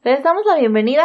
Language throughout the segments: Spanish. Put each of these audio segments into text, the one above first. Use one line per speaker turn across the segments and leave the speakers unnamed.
Les damos la bienvenida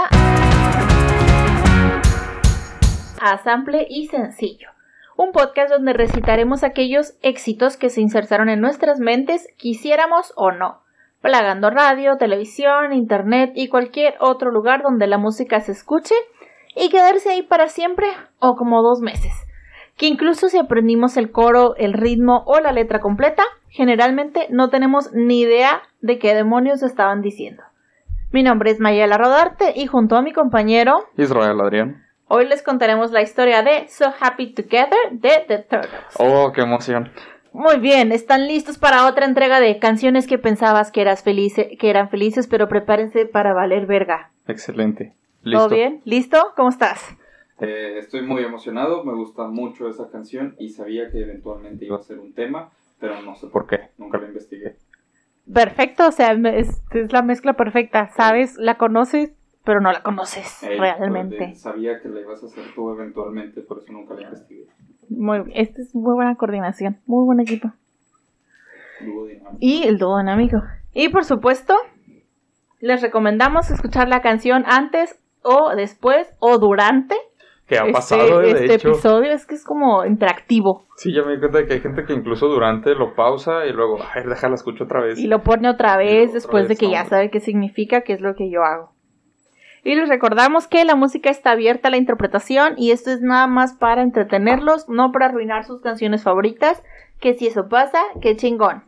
a Sample y Sencillo, un podcast donde recitaremos aquellos éxitos que se insertaron en nuestras mentes, quisiéramos o no, plagando radio, televisión, internet y cualquier otro lugar donde la música se escuche y quedarse ahí para siempre o como 2 meses. Que incluso si aprendimos el coro, el ritmo o la letra completa, generalmente no tenemos ni idea de qué demonios estaban diciendo. Mi nombre es Mayela Rodarte y junto a mi compañero
Israel Adrián,
hoy les contaremos la historia de So Happy Together de The Turtles.
¡Oh, qué emoción!
Muy bien, ¿están listos para otra entrega de canciones que pensabas que eran felices, pero prepárense para valer verga?
Excelente. ¿Listo?
¿Todo bien? ¿Listo? ¿Cómo estás?
Estoy muy emocionado, me gusta mucho esa canción y sabía que eventualmente iba a ser un tema, pero no sé por qué, nunca lo investigué.
Perfecto, o sea, es la mezcla perfecta, ¿sabes? La conoces, pero no la conoces realmente.
Pues, sabía que la ibas a hacer tú eventualmente, por eso nunca la investigué.
Esta es muy buena coordinación, muy buen equipo.
Dúo dinámico.
Y el dúo dinámico. Y por supuesto, les recomendamos escuchar la canción antes o después o durante
¿Qué ha pasado, de hecho?
episodio. Es que es como interactivo.
Sí, ya me di cuenta de que hay gente que incluso durante lo pausa y luego, ay, déjala, escucho otra vez.
Y lo pone otra vez después de que ya sabe qué significa, que es lo que yo hago. Y les recordamos que la música está abierta a la interpretación y esto es nada más para entretenerlos, no para arruinar sus canciones favoritas, que si eso pasa, qué chingón.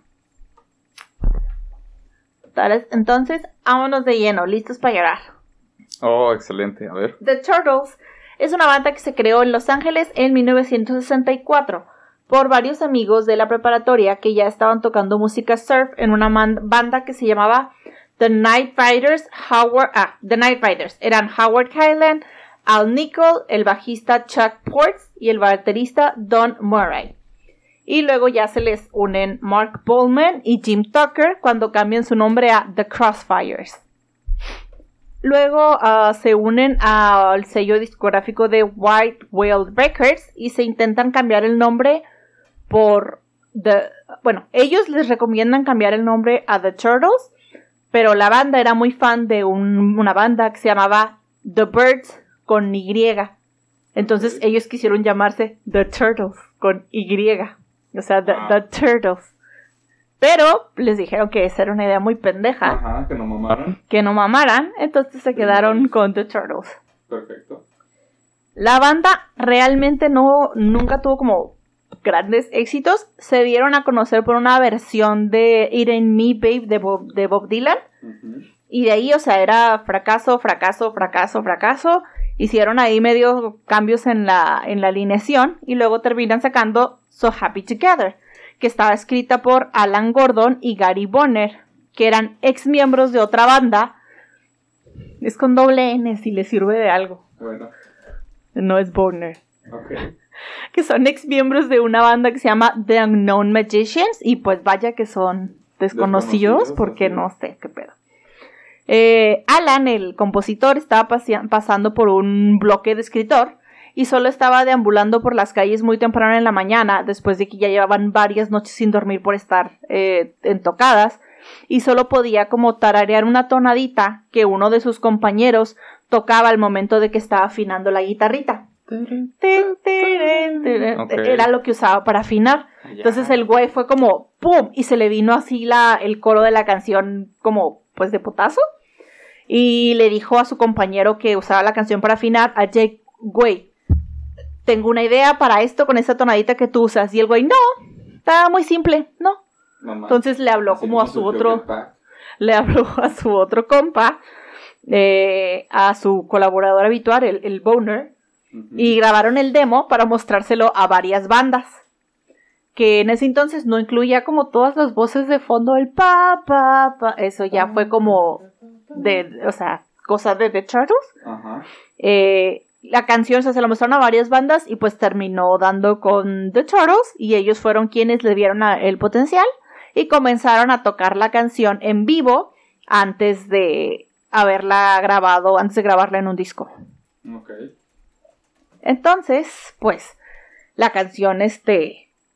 Entonces, vámonos de lleno, listos para llorar.
Oh, excelente, a ver.
The Turtles es una banda que se creó en Los Ángeles en 1964 por varios amigos de la preparatoria que ya estaban tocando música surf en una banda que se llamaba The Night Riders. Eran Howard Hyland, Al Nichol, el bajista Chuck Ports y el baterista Don Murray. Y luego ya se les unen Mark Bolan y Jim Tucker cuando cambian su nombre a The Crossfires. Luego se unen al sello discográfico de White Whale Records y se intentan cambiar el nombre ellos les recomiendan cambiar el nombre a The Turtles, pero la banda era muy fan de una banda que se llamaba The Birds con Y. Entonces ellos quisieron llamarse The Turtles con Y. O sea, The Turtles. Pero les dijeron que esa era una idea muy pendeja.
Ajá, que no mamaran.
Que no mamaran, entonces se quedaron con The Turtles.
Perfecto.
La banda realmente nunca tuvo como grandes éxitos. Se dieron a conocer por una versión de It Ain't Me Babe de Bob Dylan. Uh-huh. Y de ahí, o sea, era fracaso. Hicieron ahí medio cambios en la alineación y luego terminan sacando So Happy Together, que estaba escrita por Alan Gordon y Gary Bonner, que eran ex miembros de otra banda. Es con doble N si le sirve de algo.
Bueno.
No es Bonner.
Okay.
Que son ex miembros de una banda que se llama The Unknown Magicians y pues vaya que son desconocidos porque así. No sé qué pedo. Alan, el compositor, estaba pasando por un bloque de escritor y solo estaba deambulando por las calles muy temprano en la mañana, después de que ya llevaban varias noches sin dormir por estar en tocadas, y solo podía como tararear una tonadita que uno de sus compañeros tocaba al momento de que estaba afinando la guitarrita. Okay. Era lo que usaba para afinar. Entonces el güey fue como ¡pum! Y se le vino así el coro de la canción como pues de putazo, y le dijo a su compañero que usaba la canción para afinar, a Jake, güey, tengo una idea para esto con esa tonadita que tú usas. Y el güey, no, está muy simple, no. Mamá. Entonces le habló como a su otro compa, a su colaborador habitual, el Boner, uh-huh. Y grabaron el demo para mostrárselo a varias bandas, que en ese entonces no incluía como todas las voces de fondo, el pa, eso ya fue como cosas de The Turtles. Uh-huh. La canción se la mostraron a varias bandas y pues terminó dando con The Turtles y ellos fueron quienes le dieron el potencial y comenzaron a tocar la canción en vivo antes de grabarla en un disco.
Okay.
Entonces, pues, la canción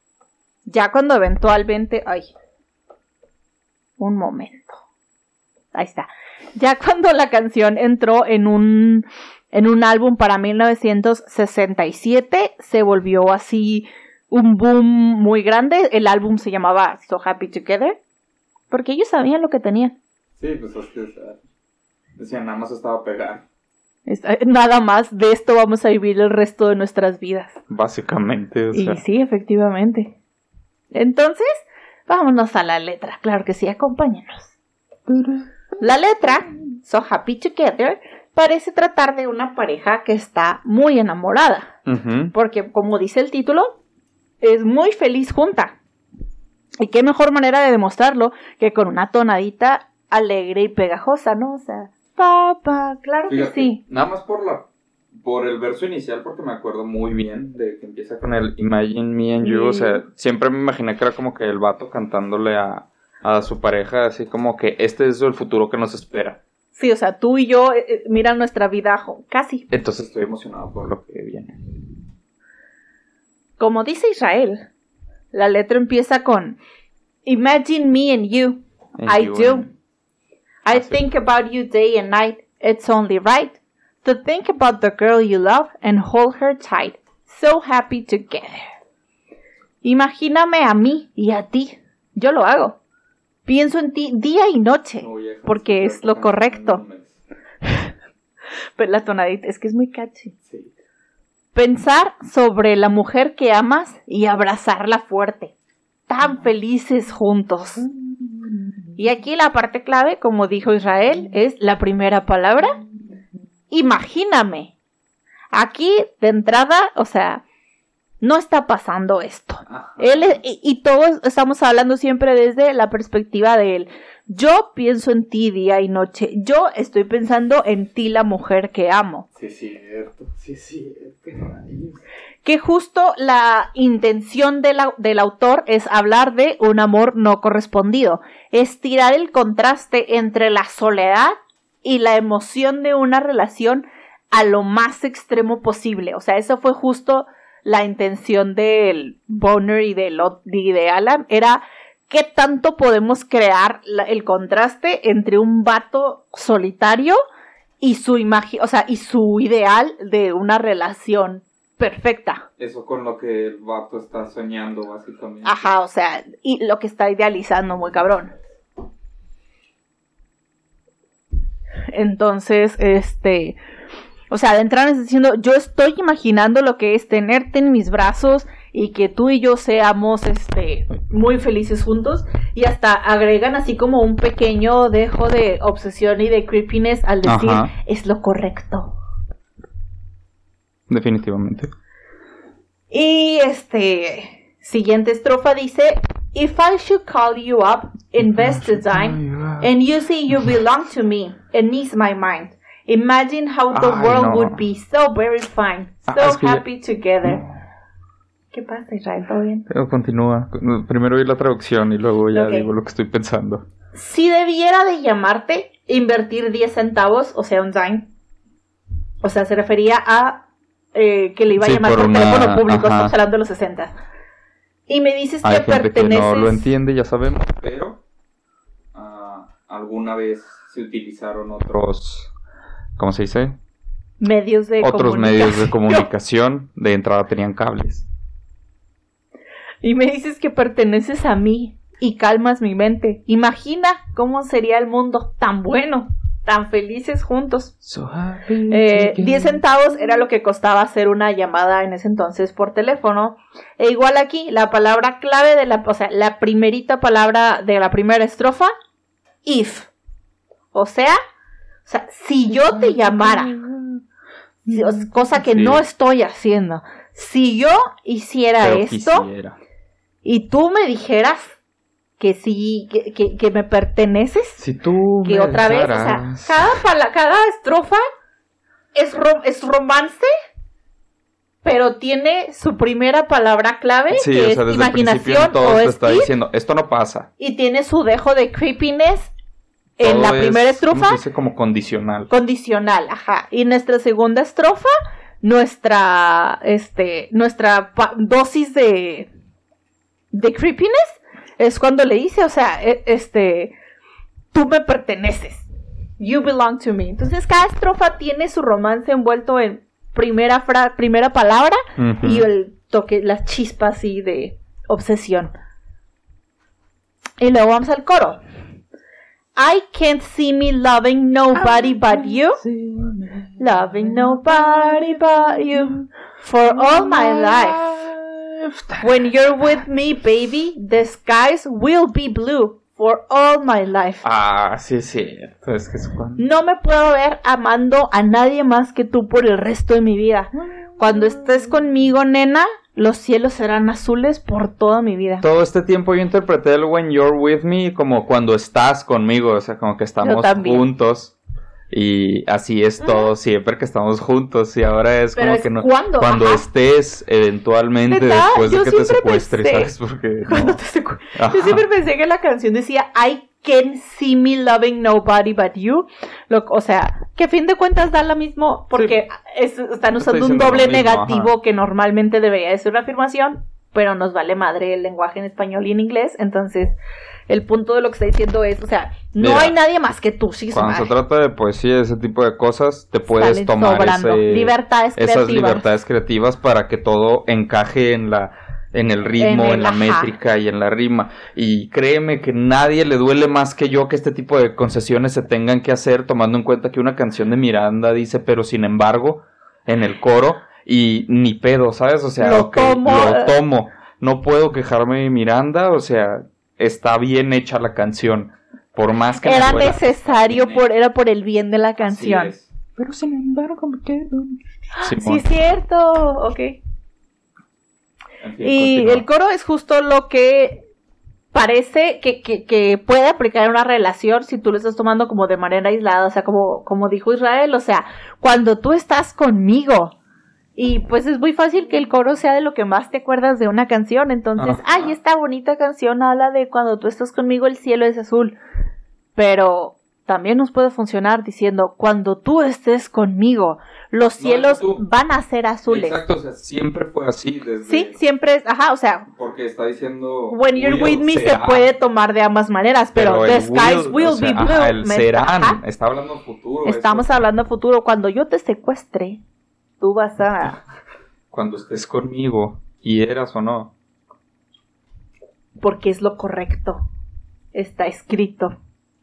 ya cuando eventualmente... un momento. Ahí está. Ya cuando la canción entró en un álbum para 1967, se volvió así un boom muy grande. El álbum se llamaba So Happy Together, porque ellos sabían lo que tenían.
Sí, pues es que decían, nada más estaba a pegar.
Nada más, de esto vamos a vivir el resto de nuestras vidas.
Básicamente, o sea.
Y sí, efectivamente. Entonces, vámonos a la letra. Claro que sí, acompáñanos. La letra, So Happy Together, parece tratar de una pareja que está muy enamorada.
Uh-huh.
Porque, como dice el título, es muy feliz junta. Y qué mejor manera de demostrarlo que con una tonadita alegre y pegajosa, ¿no? O sea, papá, claro. Fíjate, que sí.
Nada más por el verso inicial, porque me acuerdo muy bien de que empieza con el Imagine Me and You. O sea, siempre me imaginé que era como que el vato cantándole a su pareja, así como que este es el futuro que nos espera.
Sí, o sea, tú y yo, mira nuestra vida casi.
Entonces estoy emocionado por lo que viene.
Como dice Israel, la letra empieza con Imagine me and you, I do. I think about you day and night, it's only right to think about the girl you love and hold her tight, so happy together. Imagíname a mí y a ti, yo lo hago. Pienso en ti día y noche, porque es lo correcto. Pero la tonadita, es que es muy catchy.
Sí.
Pensar sobre la mujer que amas y abrazarla fuerte. Tan felices juntos. Y aquí la parte clave, como dijo Israel, es la primera palabra. Imagíname. Aquí, de entrada, o sea, no está pasando esto. Y todos estamos hablando siempre desde la perspectiva de él. Yo pienso en ti día y noche. Yo estoy pensando en ti, la mujer que amo.
Sí, es cierto.
Que justo la intención del autor es hablar de un amor no correspondido. Estirar el contraste entre la soledad y la emoción de una relación a lo más extremo posible. O sea, eso fue justo la intención del Boner y de Alan. Era qué tanto podemos crear el contraste entre un vato solitario y su imagen, o sea, y su ideal de una relación perfecta.
Eso con lo que el vato está soñando, básicamente.
Ajá, o sea, y lo que está idealizando muy cabrón. Entonces, o sea, de entrada diciendo, yo estoy imaginando lo que es tenerte en mis brazos y que tú y yo seamos, muy felices juntos. Y hasta agregan así como un pequeño dejo de obsesión y de creepiness al decir, ajá, es lo correcto.
Definitivamente.
Y siguiente estrofa dice, if I should call you up, invest the time, and you see you belong to me, and ease my mind. Imagine how the world would be so very fine, so happy together. ¿Qué pasa, Israel? ¿Todo bien?
Continúa. Primero vi la traducción y luego ya digo lo que estoy pensando.
Si debiera de llamarte, invertir 10 centavos, o sea, un dime. O sea, se refería a que le iba a llamar por teléfono público, estamos hablando de los 60. Y me dices que perteneces...
que no lo entiende, ya sabemos, pero alguna vez se utilizaron otros... ¿Cómo se dice?
Medios de
comunicación. De entrada tenían cables.
Y me dices que perteneces a mí y calmas mi mente. Imagina cómo sería el mundo tan bueno, tan felices juntos. 10 centavos era lo que costaba hacer una llamada en ese entonces por teléfono. E igual aquí, la palabra clave la primerita palabra de la primera estrofa, if. O sea, si yo te llamara, cosa que no estoy haciendo, si yo hiciera esto y tú me dijeras que sí, que me perteneces,
si tú
que otra vez, o sea, cada estrofa es romance, pero tiene su primera palabra clave, que es imaginación
o te está diciendo, esto no pasa.
Y tiene su dejo de creepiness. En la primera estrofa,
¿cómo se dice? Como condicional.
Condicional, ajá. Y en nuestra segunda estrofa, nuestra dosis de creepiness es cuando le dice, o sea, tú me perteneces. You belong to me. Entonces cada estrofa tiene su romance envuelto en primera palabra y el toque, las chispas así de obsesión. Y luego vamos al coro. I can't see me loving nobody but you. Loving nobody but you. For all my life. When you're with me, baby, the skies will be blue. For all my life.
Ah, sí. Es que
no me puedo ver amando a nadie más que tú por el resto de mi vida. Cuando estés conmigo, nena, los cielos serán azules por toda mi vida.
Todo este tiempo yo interpreté el when you're with me como cuando estás conmigo, o sea, como que estamos juntos. Y así es todo siempre que estamos juntos. Y ahora es
pero
como
es
que no.
Cuando
estés eventualmente después de que te secuestres, ¿sabes? Porque no.
Yo siempre pensé que la canción decía I can't see me loving nobody but you. O sea, que a fin de cuentas da lo mismo porque están usando un doble negativo que normalmente debería de ser una afirmación, pero nos vale madre el lenguaje en español y en inglés. Entonces, el punto de lo que está diciendo es, o sea, no hay nadie más que tú.
Cuando se trata de poesía, ese tipo de cosas, te puedes tomar esas libertades creativas para que todo encaje en el ritmo, en la métrica y en la rima. Y créeme que nadie le duele más que yo que este tipo de concesiones se tengan que hacer, tomando en cuenta que una canción de Miranda dice, pero sin embargo, en el coro, y ni pedo, ¿sabes? O sea, lo tomo. No puedo quejarme de Miranda, o sea, está bien hecha la canción. Por más que
era necesario, era por el bien de la canción.
Pero sin embargo, me quedo.
Sí, es cierto, ok. Y continúa. El coro es justo lo que parece que puede aplicar en una relación si tú lo estás tomando como de manera aislada, o sea, como dijo Israel, o sea, cuando tú estás conmigo. Y pues es muy fácil que el coro sea de lo que más te acuerdas de una canción. Entonces, esta bonita canción habla de cuando tú estás conmigo el cielo es azul. Pero también nos puede funcionar diciendo, cuando tú estés conmigo, los cielos van a ser azules.
Exacto, o sea, siempre fue así.
Sí, siempre es, o sea.
Porque está diciendo.
When you're with me se puede tomar de ambas maneras, pero the skies will be blue.
El serán, está hablando futuro.
Estamos hablando futuro. Cuando yo te secuestre, tú vas a...
Cuando estés conmigo, quieras o no.
Porque es lo correcto. Está escrito.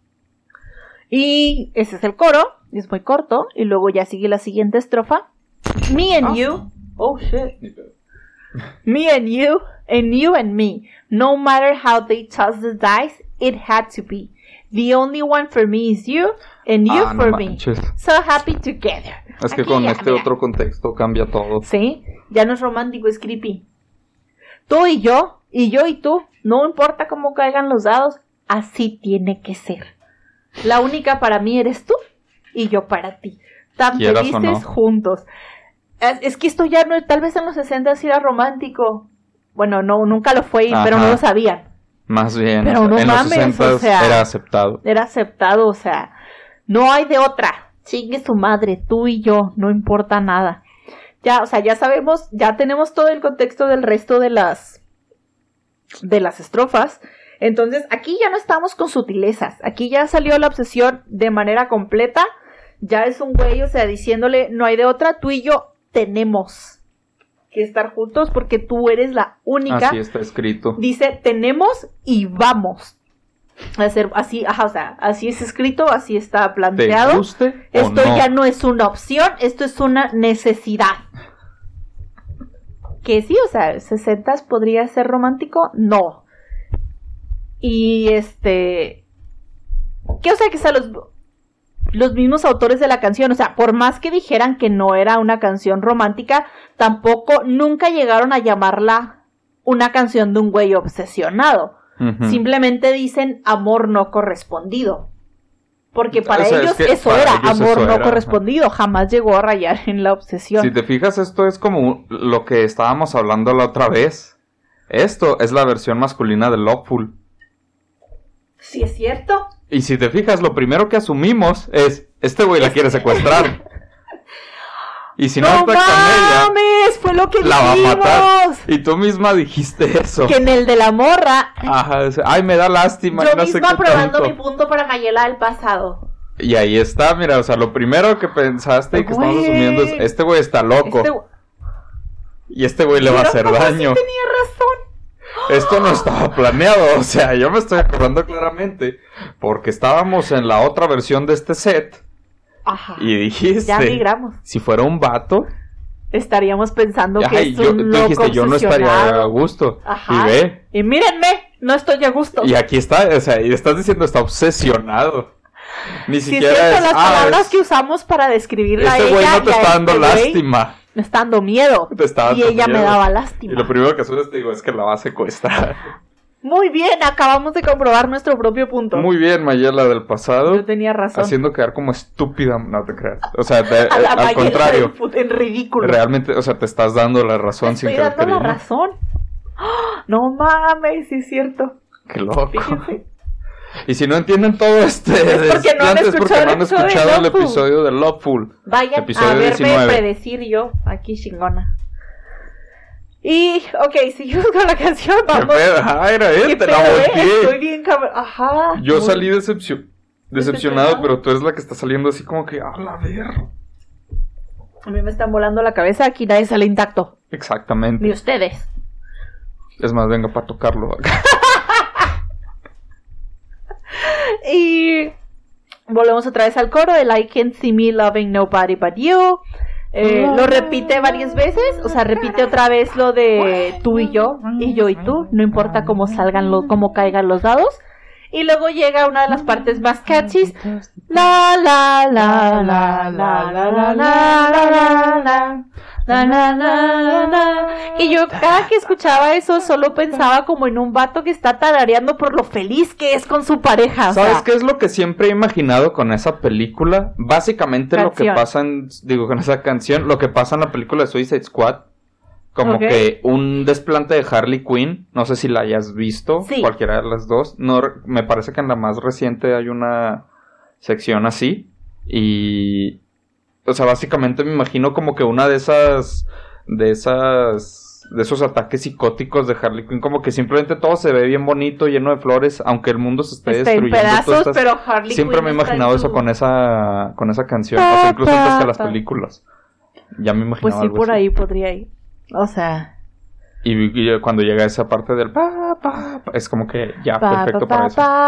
Y ese es el coro. Es muy corto. Y luego ya sigue la siguiente estrofa. Me and you. Oh, shit. Me and you and me. No matter how they toss the dice, it had to be. The only one for me is you, and you for me. So happy together.
Es que con otro contexto cambia todo.
Sí, ya no es romántico, es creepy. Tú y yo y tú, no importa cómo caigan los dados, así tiene que ser. La única para mí eres tú y yo para ti. Tan felices juntos. Es que esto ya no, tal vez en los 60 sí era romántico. Bueno, no, nunca lo fue, pero no lo sabían.
Más bien,
pero no
en
mames,
los 60
o sea,
era aceptado.
Era aceptado, o sea, no hay de otra. Chingue su madre, tú y yo, no importa nada. Ya, o sea, ya sabemos, ya tenemos todo el contexto del resto de las estrofas. Entonces, aquí ya no estamos con sutilezas. Aquí ya salió la obsesión de manera completa. Ya es un güey, o sea, diciéndole, no hay de otra, tú y yo tenemos que estar juntos porque tú eres la única.
Así está escrito.
Dice, tenemos y vamos a hacer así, o sea, así es escrito, así está planteado.
¿Te guste
esto
o no?
Ya no es una opción, esto es una necesidad. Que sí, o sea, 60s podría ser romántico, no. Y que o sea, que sea los mismos autores de la canción, o sea, por más que dijeran que no era una canción romántica, tampoco, nunca llegaron a llamarla una canción de un güey obsesionado. Uh-huh. Simplemente dicen amor no correspondido. Porque para ellos eso era amor no correspondido, jamás llegó a rayar en la obsesión.
Si te fijas, esto es como lo que estábamos hablando la otra vez. Esto es la versión masculina de Loveful.
Sí, es cierto.
Y si te fijas, lo primero que asumimos es, este güey la quiere secuestrar. Y si no está con ella,
fue lo que
la va a matar. Y tú misma dijiste eso.
Que en el de la morra.
Ajá, ay, me da lástima.
Yo
no
misma
sé qué
probando
tanto.
mi punto para Mayela del pasado.
Y ahí está, mira, o sea, lo primero que pensaste y que estamos asumiendo es, este güey está loco. Y este güey le va a hacer daño.
Sí tenía razón.
Esto no estaba planeado, o sea, yo me estoy acordando claramente, porque estábamos en la otra versión de este set.
Ajá.
Y dijiste,
ya migramos.
Si fuera un vato,
estaríamos pensando que es un loco
dijiste, yo no estaría a gusto.
Ajá.
Y ve.
Y mírenme, no estoy a gusto.
Y aquí está, o sea, y estás diciendo, está obsesionado. Ni siquiera
es cierto, las palabras que usamos para describirla a ella.
Este güey no te está dando lástima.
Me está dando miedo. Y ella me daba lástima.
Y lo primero que haces te digo es que la va a secuestrar.
Muy bien, acabamos de comprobar nuestro propio punto.
Muy bien, Mayela del pasado.
Yo tenía razón.
Haciendo quedar como estúpida, no te creas. O sea, al contrario.
En ridículo.
Realmente, o sea, te estás dando la razón sin querer.
Estoy dando la razón. No mames, sí es cierto.
Qué loco. Fíjense. Y si no entienden todo
es porque no han escuchado
el episodio de Loveful.
Vayan a verme 19. Predecir yo aquí chingona. Y, ok, seguimos con la canción, vamos.
Era él, te la volteé.
Estoy bien cabrón. Ajá.
Yo salí decepcionado, pero tú eres la que está saliendo así como que, a la verga.
A mí me están volando la cabeza, aquí nadie sale intacto.
Exactamente.
Ni ustedes.
Es más, venga para tocarlo acá.
Y volvemos otra vez al coro, el I can't see me loving nobody but you. Lo repite varias veces, o sea, repite otra vez lo de tú y yo y tú, no importa cómo cómo caigan los dados. Y luego llega una de las partes más catchy, la la la la la la la la la la la la. Y yo cada que escuchaba eso solo pensaba como en un vato que está tarareando por lo feliz que es con su pareja.
¿Sabes qué es lo que siempre he imaginado con esa película? Básicamente lo que pasa con esa canción, lo que pasa en la película de Suicide Squad. Como que un desplante de Harley Quinn, no sé si la hayas visto, sí. Cualquiera de las dos. No, me parece que en la más reciente hay una sección así. Y, o sea, básicamente me imagino como que una de esos ataques psicóticos de Harley Quinn, como que simplemente todo se ve bien bonito, lleno de flores, aunque el mundo se esté destruyendo.
En pedazos, pero Harley
siempre
Quinn
me he imaginado eso con esa canción, o sea, incluso antes que las películas. Ya me imaginaba.
Pues sí,
algo
por
así.
ahí podría ir. O sea.
Y cuando llega esa parte del es como que ya perfecto para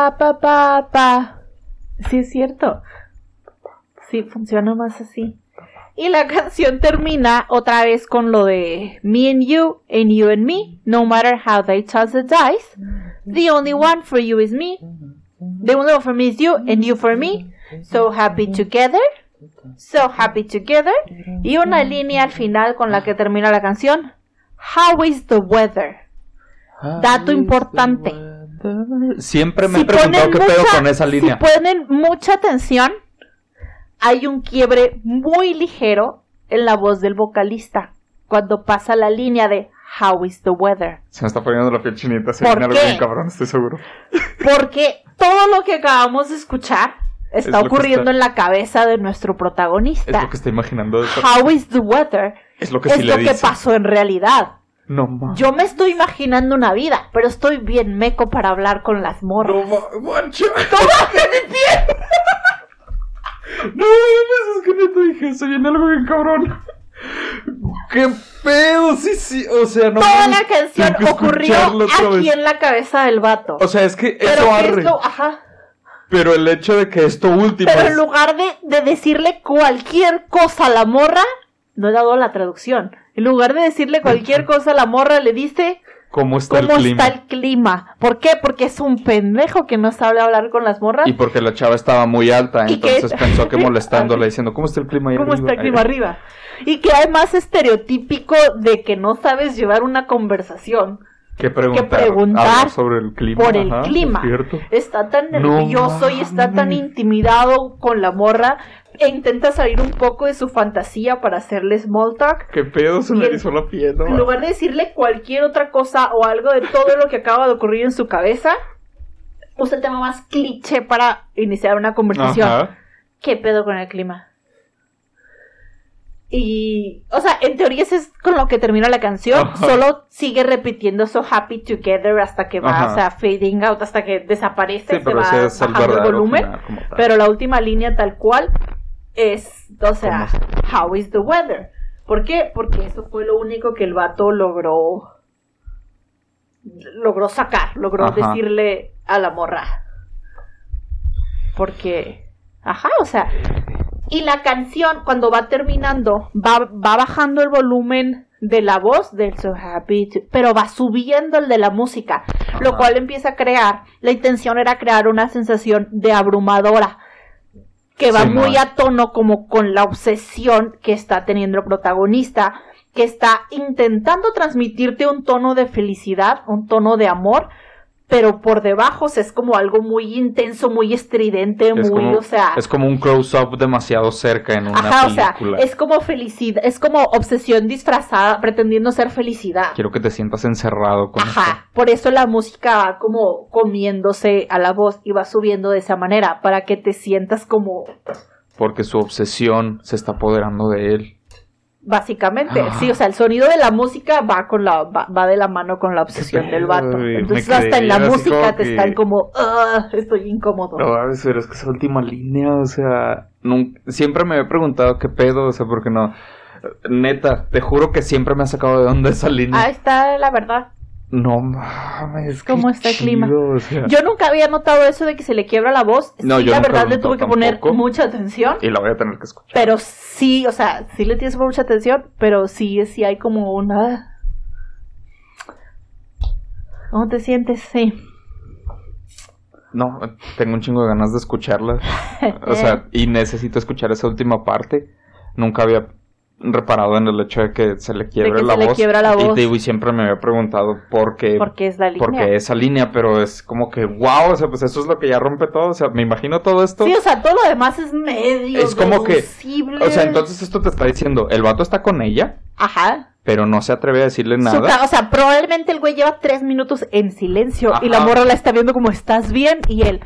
eso.
Sí, es cierto. Sí, funciona más así. Y la canción termina otra vez con lo de me and you and me. No matter how they toss the dice. The only one for you is me. The only one for me is you and you for me. So happy together. So happy together. Y una línea al final con la que termina la canción. How is the weather? Dato importante.
Siempre me he preguntado qué pedo con esa línea.
Si ponen mucha atención, hay un quiebre muy ligero en la voz del vocalista cuando pasa la línea de How is the weather.
Se me está poniendo la piel chinita. Se viene algo bien cabrón, estoy seguro.
Porque todo lo que acabamos de escuchar está ocurriendo en la cabeza de nuestro protagonista.
Es lo que está imaginando.
How is the weather?
Es lo que
pasó en realidad.
No mames.
Yo me estoy imaginando una vida, pero estoy bien meco para hablar con las morras.
No manches. ¡Tómate mi pie! No mames, es que neta dije, se viene algo bien cabrón. ¡Qué pedo! Sí, o sea, no.
Toda la canción ocurrió aquí en la cabeza del vato.
O sea, es que eso arre.
Ajá.
Pero el hecho de que esto último.
Pero en lugar de decirle cualquier cosa a la morra, no he dado la traducción. En lugar de decirle cualquier cosa a la morra, le dice
¿Cómo está el
clima? ¿Por qué? Porque es un pendejo que no sabe hablar con las morras.
Y porque la chava estaba muy alta, entonces pensó que molestándola diciendo, ¿cómo está el clima ahí arriba?
¿Cómo está el clima arriba? Y que hay más estereotípico de que no sabes llevar una conversación que preguntar
sobre el clima.
Por el clima. Está tan nervioso y está tan intimidado con la morra e intenta salir un poco de su fantasía para hacerle small talk.
¿Qué pedo? Se me hizo la piel, ¿no?
En lugar de decirle cualquier otra cosa o algo de todo lo que acaba de ocurrir en su cabeza, usa el tema más cliché para iniciar una conversación.
Ajá.
¿Qué pedo con el clima? Y, o sea, en teoría eso es con lo que termina la canción.
Ajá.
Solo sigue repitiendo So Happy Together hasta que va,
Ajá.
o sea, fading out, hasta que desaparece,
Sí, pero
se
ese
va
es el
bajando el
verdadero
volumen.
final como tal.
Pero la última línea tal cual es, o sea,
¿Cómo?
How is the weather? ¿Por qué? Porque eso fue lo único que el vato logró sacar, logró
Ajá.
decirle a la morra. Porque, ajá, o sea, y la canción cuando va terminando, va bajando el volumen de la voz del So Happy, pero va subiendo el de la música, lo
Ajá.
cual empieza a crear, la intención era crear una sensación de abrumadora, que va
Sí,
muy
man.
a tono como con la obsesión que está teniendo el protagonista, que está intentando transmitirte un tono de felicidad, un tono de amor, pero por debajo, o sea, es como algo muy intenso, muy estridente,
Es
muy,
como,
o sea...
es como un close-up demasiado cerca en una
Ajá, o sea,
película.
es como felicidad, es como obsesión disfrazada, pretendiendo ser felicidad.
Quiero que te sientas encerrado con
Ajá, por eso la música va como comiéndose a la voz y va subiendo de esa manera, para que te sientas como...
esto. Porque su obsesión se está apoderando de él.
Básicamente, sí, o sea, el sonido de la música va de la mano con la obsesión del vato.
Ay,
Entonces
me
hasta en la
quedé así
música
como
te
que-
están como, estoy incómodo.
No, pero es que esa última línea, o sea, siempre me he preguntado qué pedo, o sea, porque no. Neta, te juro que siempre me ha sacado de onda esa línea.
Ahí está la verdad.
No mames,
¿Cómo
qué
está el clima?
chido, o sea.
Yo nunca había notado eso de que se le quiebra la voz.
No,
Sí,
yo
la
nunca
verdad
lo
le
noto
tuve que poner
tampoco.
mucha atención.
Y la voy a tener que escuchar.
Pero sí, o sea, sí le tienes mucha atención, pero sí hay como una... ¿Cómo te sientes? Sí.
No, tengo un chingo de ganas de escucharla. O sea, y necesito escuchar esa última parte. Nunca había reparado en el hecho de que se le quiebre
que
la
se le
voz.
quiebra la
Y
voz.
te digo, y siempre me había preguntado por qué.
Porque es la línea.
Porque esa línea, pero es como que wow, o sea, pues eso es lo que ya rompe todo. O sea, me imagino todo esto.
Sí, o sea, todo lo demás es medio
Es como que,
deducible.
o sea, entonces esto te está diciendo, el vato está con ella,
Ajá.
pero no se atreve a decirle nada.
O sea, probablemente el güey lleva 3 minutos en silencio y
Ajá.
la morra la está viendo como, ¿estás bien? Y él,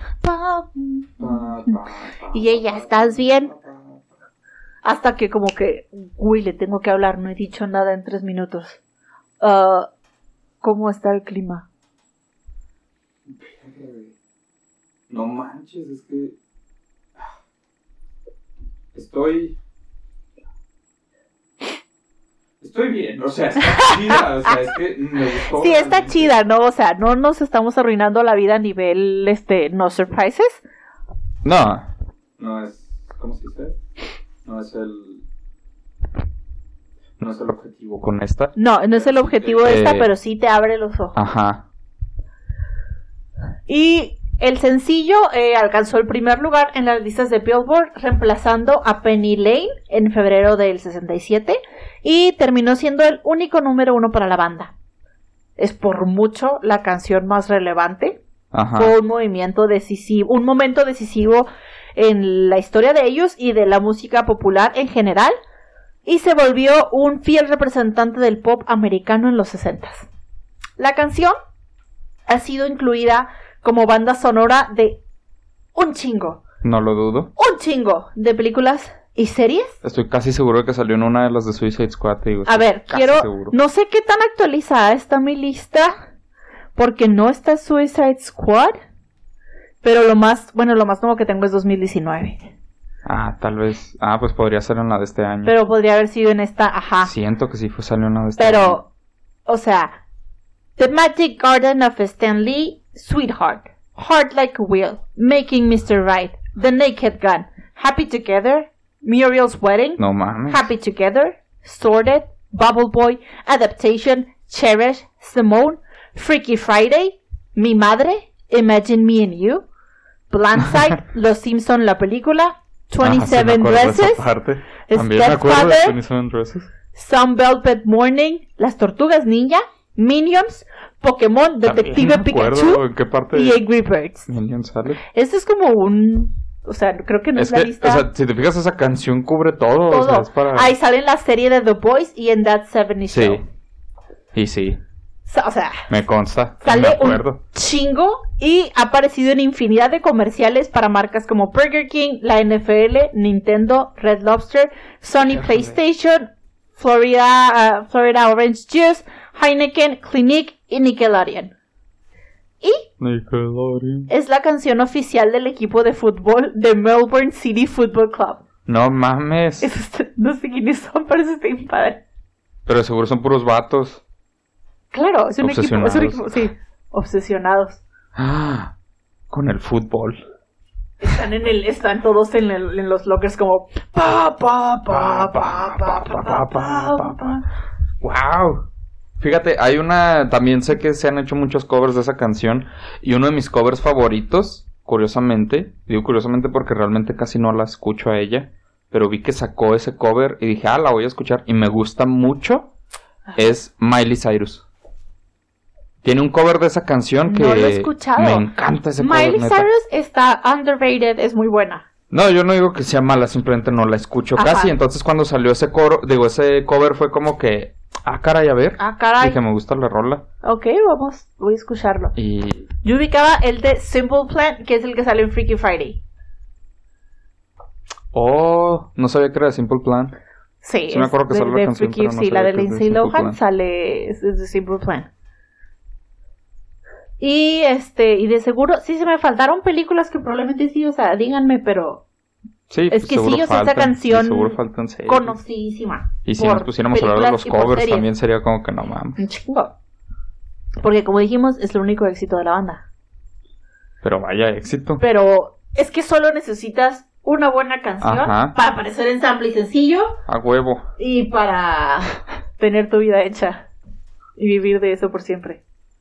y ella, ¿estás bien? Hasta que como que, uy, le tengo que hablar, no he dicho nada en 3 minutos. ¿Cómo está el clima?
No manches, es que estoy bien, o sea, está chida, o sea, es que me gustó.
Sí, está chida, ¿no? O sea, no nos estamos arruinando la vida a nivel, no surprises.
No es, ¿cómo se dice? No es el objetivo con esta.
No es el objetivo de esta, pero sí te abre los ojos.
Ajá.
Y el sencillo alcanzó el primer lugar en las listas de Billboard, reemplazando a Penny Lane en febrero del 67, y terminó siendo el único número 1 para la banda. Es por mucho la canción más relevante.
Ajá.
Fue un movimiento decisivo, un momento decisivo en la historia de ellos y de la música popular en general, y se volvió un fiel representante del pop americano en los 60s. La canción ha sido incluida como banda sonora de un chingo
No lo dudo.
de películas y series.
Estoy casi seguro de que salió en una de las de Suicide Squad, te digo.
A ver,
casi seguro.
no sé qué tan actualizada está mi lista, porque no está Suicide Squad, pero lo más nuevo que tengo es 2019.
Ah, tal vez. Ah, pues podría ser en la de este año.
Pero podría haber sido en esta, ajá.
Siento que sí salió una de este año.
Pero, o sea, The Magic Garden of Stan Lee, Sweetheart, Heart Like a Wheel, Making Mr. Right, The Naked Gun, Happy Together, Muriel's Wedding,
No mames.
Happy Together, Sorted, Bubble Boy, Adaptation, Cherish, Simone, Freaky Friday, Mi Madre, Imagine Me and You, Blindside, Los Simpson la película, 27
me acuerdo de esa
Dresses,
parte. También me acuerdo de
Stepfather,
27 Dresses.
Some Velvet Morning, Las Tortugas Ninja, Minions, Pokémon, Detective
También me acuerdo
Pikachu
en qué parte
y Angry Birds.
Minion sale.
Esto es como o sea, creo que no es,
Es
la
que,
lista.
o sea, si te fijas, esa canción cubre todo.
todo.
O sea, es para...
Ahí sale en la serie de The Boys y en That 70 Show.
Sí. Y sí.
O sea,
me consta,
sale
me acuerdo.
un chingo y ha aparecido en infinidad de comerciales para marcas como Burger King, la NFL, Nintendo, Red Lobster, Sony PlayStation, Florida Orange Juice, Heineken, Clinique y Nickelodeon. Y es la canción oficial del equipo de fútbol de Melbourne City Football Club.
No mames.
No sé quiénes son, pero eso está bien padre.
Pero seguro son puros vatos.
Claro, es un equipo, sí, obsesionados.
Con el fútbol.
Están todos en los lockers como
Wow. Fíjate, hay también sé que se han hecho muchos covers de esa canción y uno de mis covers favoritos, curiosamente, digo curiosamente porque realmente casi no la escucho a ella, pero vi que sacó ese cover y dije, la voy a escuchar y me gusta mucho, es Miley Cyrus. Tiene un cover de esa canción que
no lo he escuchado.
Me encanta ese cover.
Miley Cyrus está underrated, es muy buena.
No, yo no digo que sea mala, simplemente no la escucho casi. Entonces cuando salió ese cover fue como que, caray, a ver.
Caray.
Dije, me gusta la rola.
Ok, voy a escucharlo.
Y
yo ubicaba el de Simple Plan, que es el que sale en Freaky Friday.
Oh, no sabía que era de Simple Plan.
Sí,
me acuerdo que sale la canción,
Freaky,
pero no
sí, la de
sabía que
Lindsay Lohan sale, es de Simple Plan. Y de seguro, sí se me faltaron películas que probablemente sí, o sea, díganme, pero
sí,
es que sí, o sea, esa canción
seguro faltan
conocidísima.
Y si nos pusiéramos a hablar de los covers también sería como que no mames.
Un chingo. Porque como dijimos, es el único éxito de la banda.
Pero vaya éxito.
Pero es que solo necesitas una buena canción para aparecer en sample y sencillo.
A huevo.
Y para tener tu vida hecha y vivir de eso por siempre.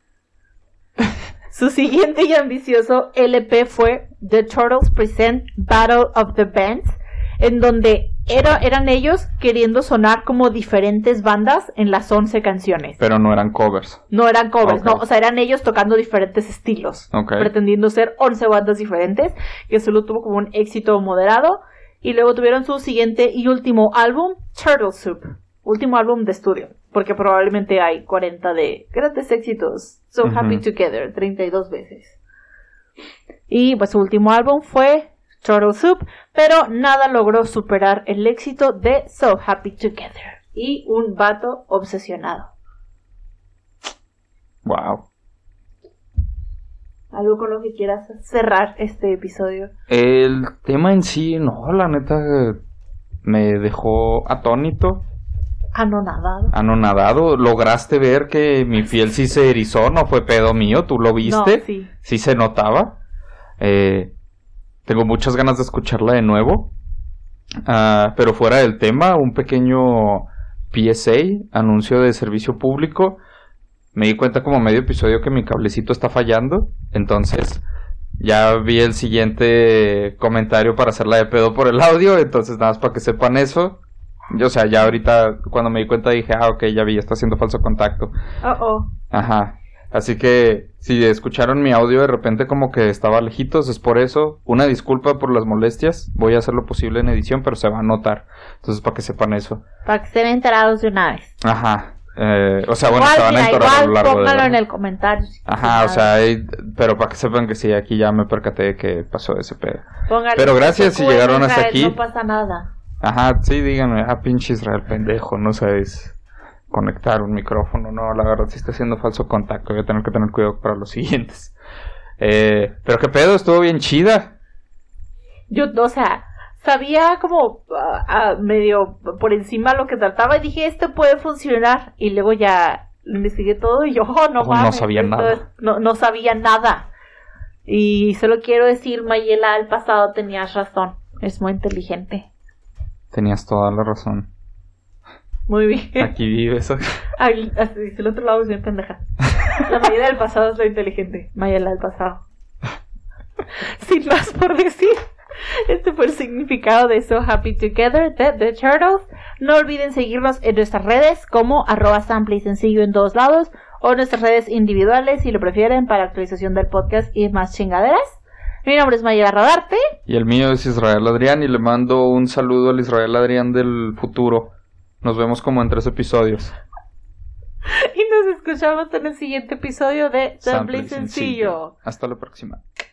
Su siguiente y ambicioso LP fue The Turtles Present Battle of the Bands, en donde eran ellos queriendo sonar como diferentes bandas en las 11 canciones.
Pero no eran covers.
No eran covers, no, o sea, eran ellos tocando diferentes estilos, pretendiendo ser 11 bandas diferentes, que solo tuvo como un éxito moderado, y luego tuvieron su siguiente y último álbum, Turtle Soup, último álbum de estudio. Porque probablemente hay 40 de grandes éxitos. So Happy Together, 32 veces. Y pues su último álbum fue Turtle Soup, pero nada logró superar el éxito de So Happy Together. Y un vato obsesionado.
Wow.
¿Algo con lo que quieras cerrar este episodio?
El tema en sí, no, la neta me dejó atónito. Anonadado. ¿Lograste ver que mi piel sí se erizó? No fue pedo mío, ¿tú lo viste?
No, sí.
Sí se notaba. Tengo muchas ganas de escucharla de nuevo. Pero fuera del tema, un pequeño PSA, anuncio de servicio público. Me di cuenta como medio episodio que mi cablecito está fallando. Entonces ya vi el siguiente comentario para hacerla de pedo por el audio. Entonces nada más para que sepan eso. O sea, ya ahorita cuando me di cuenta dije, ok, ya vi, está haciendo falso contacto. Ajá. Así que si escucharon mi audio de repente como que estaba lejitos, es por eso. Una disculpa por las molestias. Voy a hacer lo posible en edición, pero se va a notar. Entonces, para que sepan eso.
Para que estén enterados de una vez.
Ajá. O sea, bueno, se van a enterar a lo largo de...
póngalo en el comentario.
Ajá, o sea, pero para que sepan que sí, aquí ya me percaté de que pasó ese pedo.
Póngale,
pero gracias si llegaron hasta aquí.
No pasa nada.
Ajá, sí, díganme, pinche Israel pendejo, no sabes conectar un micrófono, no, la verdad sí está haciendo falso contacto, voy a tener que tener cuidado para los siguientes. Pero qué pedo, estuvo bien chida.
Yo, o sea, sabía como medio por encima lo que trataba y dije, esto puede funcionar, y luego ya investigué todo y yo, no
sabía nada.
No sabía nada. Y solo quiero decir, Mayela, al pasado tenías razón, es muy inteligente.
Tenías toda la razón.
Muy bien.
Aquí vives.
El otro lado es bien pendeja. La Mayela del pasado es la inteligente. Mayela del pasado. Sin más por decir, este fue el significado de So Happy Together de The Turtles. No olviden seguirnos en nuestras redes como @sample y sencillo en todos lados, o en nuestras redes individuales si lo prefieren para actualización del podcast y más chingaderas. Mi nombre es Mayela Rodarte.
Y el mío es Israel Adrián y le mando un saludo al Israel Adrián del futuro. Nos vemos como en 3 episodios.
Y nos escuchamos en el siguiente episodio de Sample y Sencillo.
Hasta la próxima.